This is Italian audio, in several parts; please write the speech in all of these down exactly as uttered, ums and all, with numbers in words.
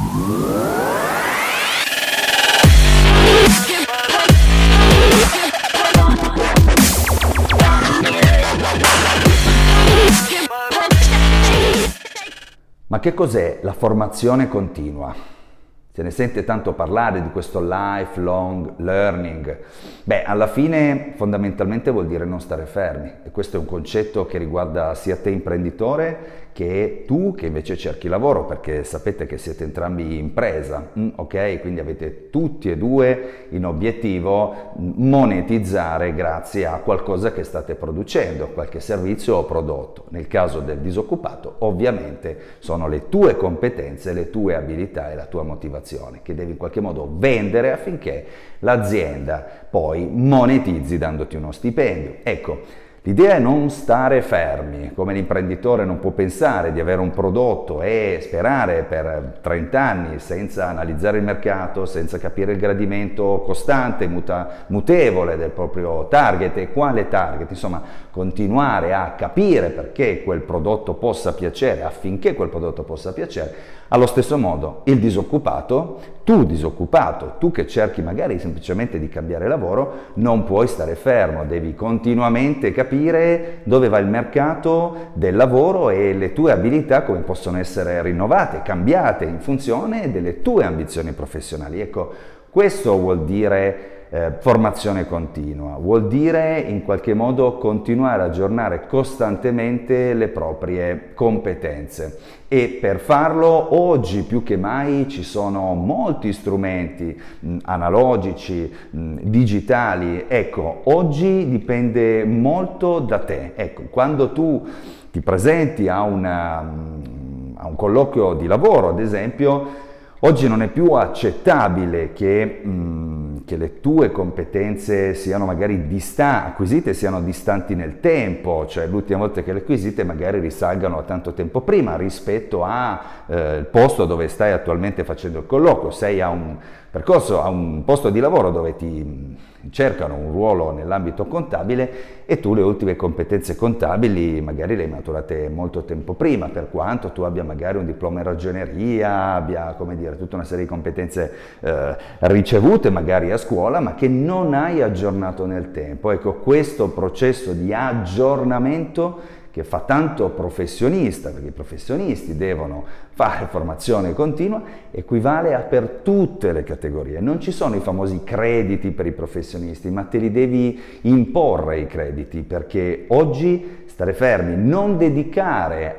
Ma che cos'è la formazione continua? Se ne sente tanto parlare di questo lifelong learning. Beh, alla fine fondamentalmente vuol dire non stare fermi, e questo è un concetto che riguarda sia te imprenditore che tu che invece cerchi lavoro, perché sapete che siete entrambi in impresa, mm, ok? Quindi avete tutti e due in obiettivo monetizzare grazie a qualcosa che state producendo, qualche servizio o prodotto. Nel caso del disoccupato, ovviamente sono le tue competenze, le tue abilità e la tua motivazione che devi in qualche modo vendere affinché l'azienda poi monetizzi dandoti uno stipendio. Ecco, l'idea è non stare fermi, come l'imprenditore non può pensare di avere un prodotto e sperare per trenta anni senza analizzare il mercato, senza capire il gradimento costante, muta, mutevole del proprio target e quale target, insomma continuare a capire perché quel prodotto possa piacere, affinché quel prodotto possa piacere. Allo stesso modo il disoccupato, tu disoccupato, tu che cerchi magari semplicemente di cambiare lavoro, non puoi stare fermo, devi continuamente capire dove va il mercato del lavoro e le tue abilità come possono essere rinnovate, cambiate in funzione delle tue ambizioni professionali. Ecco, questo vuol dire Eh, formazione continua, vuol dire in qualche modo continuare a aggiornare costantemente le proprie competenze, e per farlo oggi più che mai ci sono molti strumenti mh, analogici, mh, digitali. Ecco, oggi dipende molto da te. Ecco, quando tu ti presenti a, una, mh, a un colloquio di lavoro, ad esempio, oggi non è più accettabile che, mh, che le tue competenze siano magari dista- acquisite, siano distanti nel tempo, cioè l'ultima volta che le acquisite magari risalgano a tanto tempo prima rispetto al eh, posto dove stai attualmente facendo il colloquio. Sei a un percorso, a un posto di lavoro dove ti cercano un ruolo nell'ambito contabile e tu le ultime competenze contabili magari le hai maturate molto tempo prima, per quanto tu abbia magari un diploma in ragioneria, abbia, come dire, tutta una serie di competenze eh, ricevute magari a scuola, ma che non hai aggiornato nel tempo. Ecco, questo processo di aggiornamento che fa tanto professionista, perché i professionisti devono fare formazione continua, equivale a per tutte le categorie. Non ci sono i famosi crediti per i professionisti, ma te li devi imporre i crediti, perché oggi stare fermi, non dedicare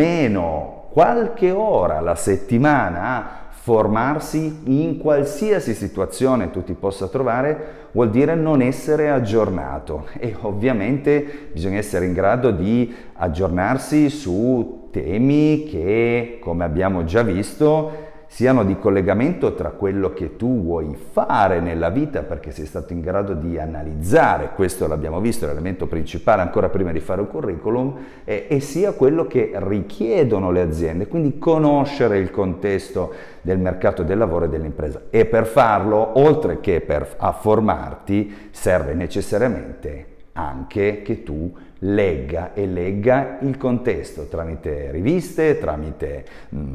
almeno qualche ora alla settimana a formarsi in qualsiasi situazione tu ti possa trovare, vuol dire non essere aggiornato, e ovviamente bisogna essere in grado di aggiornarsi su temi che, come abbiamo già visto, siano di collegamento tra quello che tu vuoi fare nella vita, perché sei stato in grado di analizzare, questo l'abbiamo visto, l'elemento principale ancora prima di fare un curriculum, e, e sia quello che richiedono le aziende, quindi conoscere il contesto del mercato del lavoro e dell'impresa. E per farlo, oltre che per a formarti, serve necessariamente anche che tu legga e legga il contesto tramite riviste, tramite,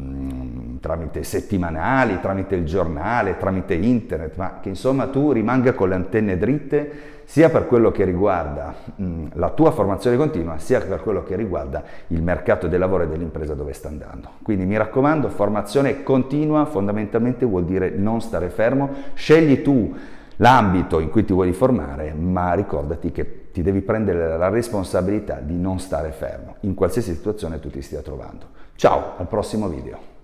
mh, tramite settimanali, tramite il giornale, tramite internet, ma che insomma tu rimanga con le antenne dritte sia per quello che riguarda mh, la tua formazione continua, sia per quello che riguarda il mercato del lavoro e dell'impresa dove sta andando. Quindi mi raccomando, formazione continua fondamentalmente vuol dire non stare fermo, scegli tu l'ambito in cui ti vuoi formare, ma ricordati che ti devi prendere la responsabilità di non stare fermo in qualsiasi situazione tu ti stia trovando. Ciao, al prossimo video.